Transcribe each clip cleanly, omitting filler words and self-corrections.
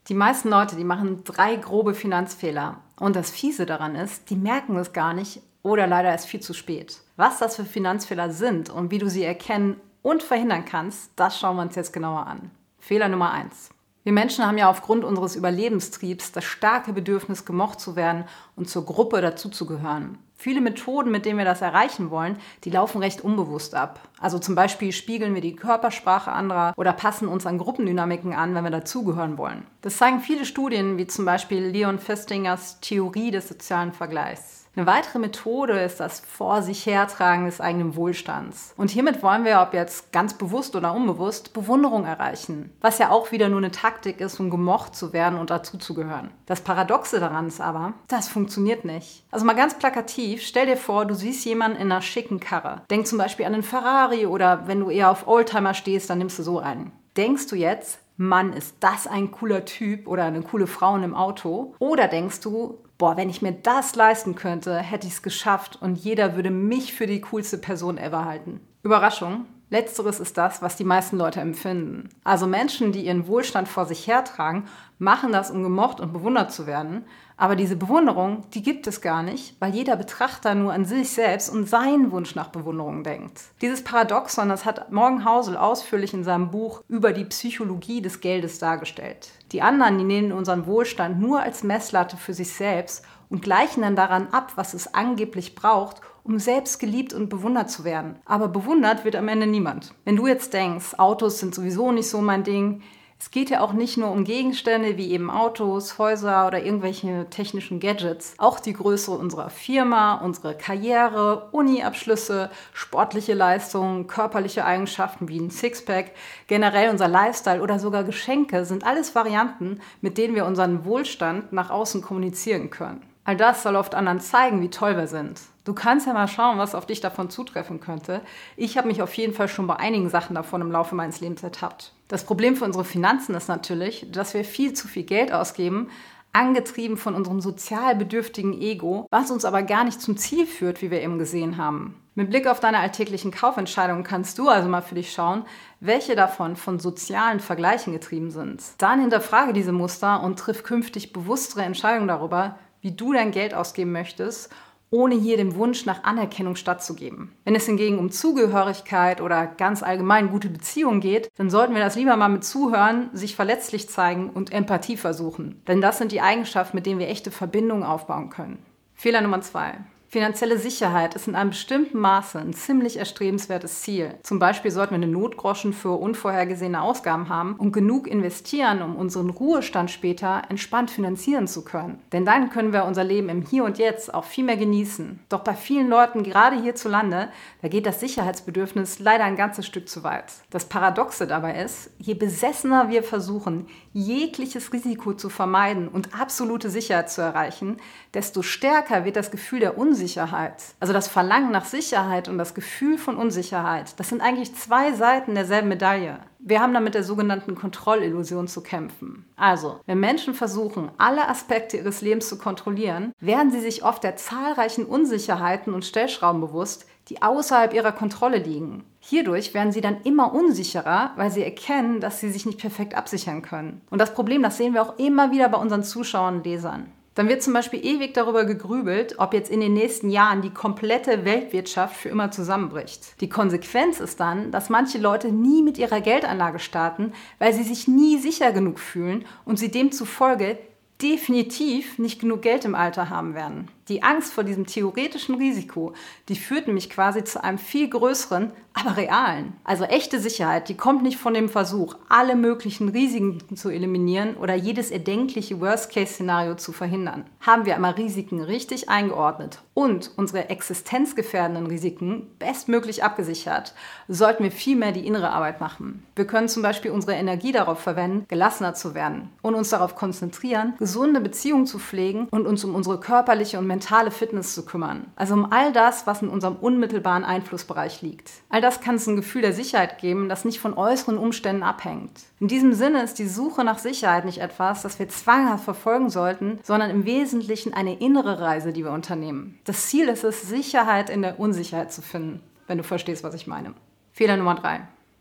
Die meisten Leute, die machen 3 grobe Finanzfehler. Und das Fiese daran ist, die merken es gar nicht oder leider erst viel zu spät. Was das für Finanzfehler sind und wie du sie erkennen und verhindern kannst, das schauen wir uns jetzt genauer an. Fehler Nummer 1. Wir Menschen haben ja aufgrund unseres Überlebenstriebs das starke Bedürfnis, gemocht zu werden und zur Gruppe dazuzugehören. Viele Methoden, mit denen wir das erreichen wollen, die laufen recht unbewusst ab. Also zum Beispiel spiegeln wir die Körpersprache anderer oder passen uns an Gruppendynamiken an, wenn wir dazugehören wollen. Das zeigen viele Studien, wie zum Beispiel Leon Festingers Theorie des sozialen Vergleichs. Eine weitere Methode ist das Vor sich hertragen des eigenen Wohlstands. Und hiermit wollen wir, ob jetzt ganz bewusst oder unbewusst, Bewunderung erreichen. Was ja auch wieder nur eine Taktik ist, um gemocht zu werden und dazuzugehören. Das Paradoxe daran ist aber, das funktioniert nicht. Also mal ganz plakativ, stell dir vor, du siehst jemanden in einer schicken Karre. Denk zum Beispiel an einen Ferrari oder wenn du eher auf Oldtimer stehst, dann nimmst du so einen. Denkst du jetzt, Mann, ist das ein cooler Typ oder eine coole Frau in einem Auto? Oder denkst du, boah, wenn ich mir das leisten könnte, hätte ich es geschafft und jeder würde mich für die coolste Person ever halten. Überraschung, letzteres ist das, was die meisten Leute empfinden. Also Menschen, die ihren Wohlstand vor sich hertragen, machen das, um gemocht und bewundert zu werden. Aber diese Bewunderung, die gibt es gar nicht, weil jeder Betrachter nur an sich selbst und seinen Wunsch nach Bewunderung denkt. Dieses Paradoxon, das hat Morgan Housel ausführlich in seinem Buch über die Psychologie des Geldes dargestellt. Die anderen, die nehmen unseren Wohlstand nur als Messlatte für sich selbst und gleichen dann daran ab, was es angeblich braucht, um selbst geliebt und bewundert zu werden. Aber bewundert wird am Ende niemand. Wenn du jetzt denkst, Autos sind sowieso nicht so mein Ding, es geht ja auch nicht nur um Gegenstände wie eben Autos, Häuser oder irgendwelche technischen Gadgets. Auch die Größe unserer Firma, unsere Karriere, Uni-Abschlüsse, sportliche Leistungen, körperliche Eigenschaften wie ein Sixpack, generell unser Lifestyle oder sogar Geschenke sind alles Varianten, mit denen wir unseren Wohlstand nach außen kommunizieren können. All das soll oft anderen zeigen, wie toll wir sind. Du kannst ja mal schauen, was auf dich davon zutreffen könnte. Ich habe mich auf jeden Fall schon bei einigen Sachen davon im Laufe meines Lebens ertappt. Das Problem für unsere Finanzen ist natürlich, dass wir viel zu viel Geld ausgeben, angetrieben von unserem sozial bedürftigen Ego, was uns aber gar nicht zum Ziel führt, wie wir eben gesehen haben. Mit Blick auf deine alltäglichen Kaufentscheidungen kannst du also mal für dich schauen, welche davon von sozialen Vergleichen getrieben sind. Dann hinterfrage diese Muster und triff künftig bewusstere Entscheidungen darüber, wie du dein Geld ausgeben möchtest, ohne hier dem Wunsch nach Anerkennung stattzugeben. Wenn es hingegen um Zugehörigkeit oder ganz allgemein gute Beziehungen geht, dann sollten wir das lieber mal mit Zuhören, sich verletzlich zeigen und Empathie versuchen. Denn das sind die Eigenschaften, mit denen wir echte Verbindungen aufbauen können. Fehler Nummer 2. Finanzielle Sicherheit ist in einem bestimmten Maße ein ziemlich erstrebenswertes Ziel. Zum Beispiel sollten wir eine Notgroschen für unvorhergesehene Ausgaben haben und genug investieren, um unseren Ruhestand später entspannt finanzieren zu können. Denn dann können wir unser Leben im Hier und Jetzt auch viel mehr genießen. Doch bei vielen Leuten, gerade hierzulande, da geht das Sicherheitsbedürfnis leider ein ganzes Stück zu weit. Das Paradoxe dabei ist, je besessener wir versuchen, jegliches Risiko zu vermeiden und absolute Sicherheit zu erreichen, desto stärker wird das Gefühl der Unsicherheit. Also das Verlangen nach Sicherheit und das Gefühl von Unsicherheit, das sind eigentlich 2 Seiten derselben Medaille. Wir haben da mit der sogenannten Kontrollillusion zu kämpfen. Also, wenn Menschen versuchen, alle Aspekte ihres Lebens zu kontrollieren, werden sie sich oft der zahlreichen Unsicherheiten und Stellschrauben bewusst, die außerhalb ihrer Kontrolle liegen. Hierdurch werden sie dann immer unsicherer, weil sie erkennen, dass sie sich nicht perfekt absichern können. Und das Problem, das sehen wir auch immer wieder bei unseren Zuschauern und Lesern. Dann wird zum Beispiel ewig darüber gegrübelt, ob jetzt in den nächsten Jahren die komplette Weltwirtschaft für immer zusammenbricht. Die Konsequenz ist dann, dass manche Leute nie mit ihrer Geldanlage starten, weil sie sich nie sicher genug fühlen und sie demzufolge definitiv nicht genug Geld im Alter haben werden. Die Angst vor diesem theoretischen Risiko, die führt nämlich quasi zu einem viel größeren, aber realen. Also echte Sicherheit, die kommt nicht von dem Versuch, alle möglichen Risiken zu eliminieren oder jedes erdenkliche Worst-Case-Szenario zu verhindern. Haben wir einmal Risiken richtig eingeordnet und unsere existenzgefährdenden Risiken bestmöglich abgesichert, sollten wir viel mehr die innere Arbeit machen. Wir können zum Beispiel unsere Energie darauf verwenden, gelassener zu werden und uns darauf konzentrieren, gesunde Beziehungen zu pflegen und uns um unsere körperliche und mentale Fitness zu kümmern. Also um all das, was in unserem unmittelbaren Einflussbereich liegt. All das kann es ein Gefühl der Sicherheit geben, das nicht von äußeren Umständen abhängt. In diesem Sinne ist die Suche nach Sicherheit nicht etwas, das wir zwanghaft verfolgen sollten, sondern im Wesentlichen eine innere Reise, die wir unternehmen. Das Ziel ist es, Sicherheit in der Unsicherheit zu finden, wenn du verstehst, was ich meine. Fehler Nummer 3.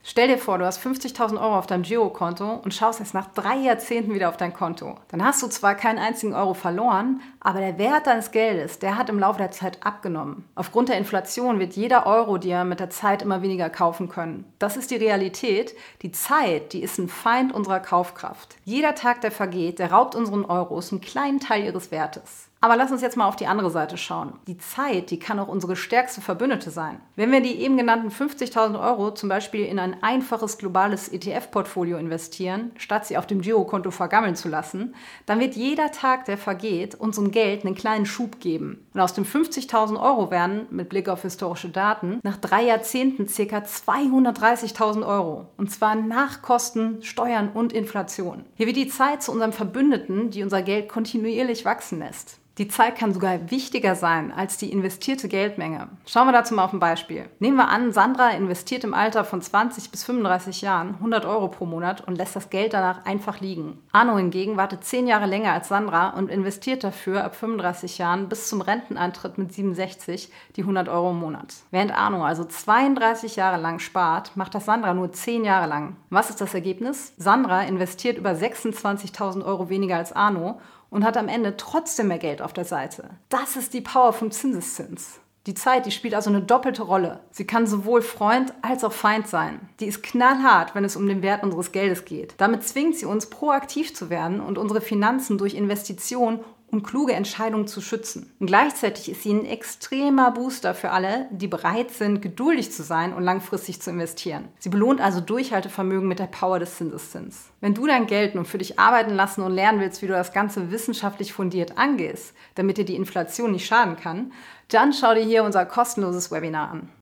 Stell dir vor, du hast 50.000 Euro auf deinem Girokonto und schaust erst nach 3 Jahrzehnten wieder auf dein Konto. Dann hast du zwar keinen einzigen Euro verloren, aber der Wert deines Geldes, der hat im Laufe der Zeit abgenommen. Aufgrund der Inflation wird jeder Euro dir mit der Zeit immer weniger kaufen können. Das ist die Realität. Die Zeit, die ist ein Feind unserer Kaufkraft. Jeder Tag, der vergeht, der raubt unseren Euros einen kleinen Teil ihres Wertes. Aber lass uns jetzt mal auf die andere Seite schauen. Die Zeit, die kann auch unsere stärkste Verbündete sein. Wenn wir die eben genannten 50.000 Euro zum Beispiel in ein einfaches globales ETF-Portfolio investieren, statt sie auf dem Girokonto vergammeln zu lassen, dann wird jeder Tag, der vergeht, unserem Geld einen kleinen Schub geben. Und aus den 50.000 Euro werden, mit Blick auf historische Daten, nach 3 Jahrzehnten ca. 230.000 Euro. Und zwar nach Kosten, Steuern und Inflation. Hier wird die Zeit zu unserem Verbündeten, die unser Geld kontinuierlich wachsen lässt. Die Zeit kann sogar wichtiger sein als die investierte Geldmenge. Schauen wir dazu mal auf ein Beispiel. Nehmen wir an, Sandra investiert im Alter von 20 bis 35 Jahren 100 Euro pro Monat und lässt das Geld danach einfach liegen. Arno hingegen wartet 10 Jahre länger als Sandra und investiert dafür ab 35 Jahren bis zum Renteneintritt mit 67 die 100 Euro im Monat. Während Arno also 32 Jahre lang spart, macht das Sandra nur 10 Jahre lang. Was ist das Ergebnis? Sandra investiert über 26.000 Euro weniger als Arno und hat am Ende trotzdem mehr Geld auf der Seite. Das ist die Power vom Zinseszins. Die Zeit, die spielt also eine doppelte Rolle. Sie kann sowohl Freund als auch Feind sein. Die ist knallhart, wenn es um den Wert unseres Geldes geht. Damit zwingt sie uns, proaktiv zu werden und unsere Finanzen durch Investitionen und kluge Entscheidungen zu schützen. Und gleichzeitig ist sie ein extremer Booster für alle, die bereit sind, geduldig zu sein und langfristig zu investieren. Sie belohnt also Durchhaltevermögen mit der Power des Zinseszins. Wenn du dein Geld nun für dich arbeiten lassen und lernen willst, wie du das Ganze wissenschaftlich fundiert angehst, damit dir die Inflation nicht schaden kann, dann schau dir hier unser kostenloses Webinar an.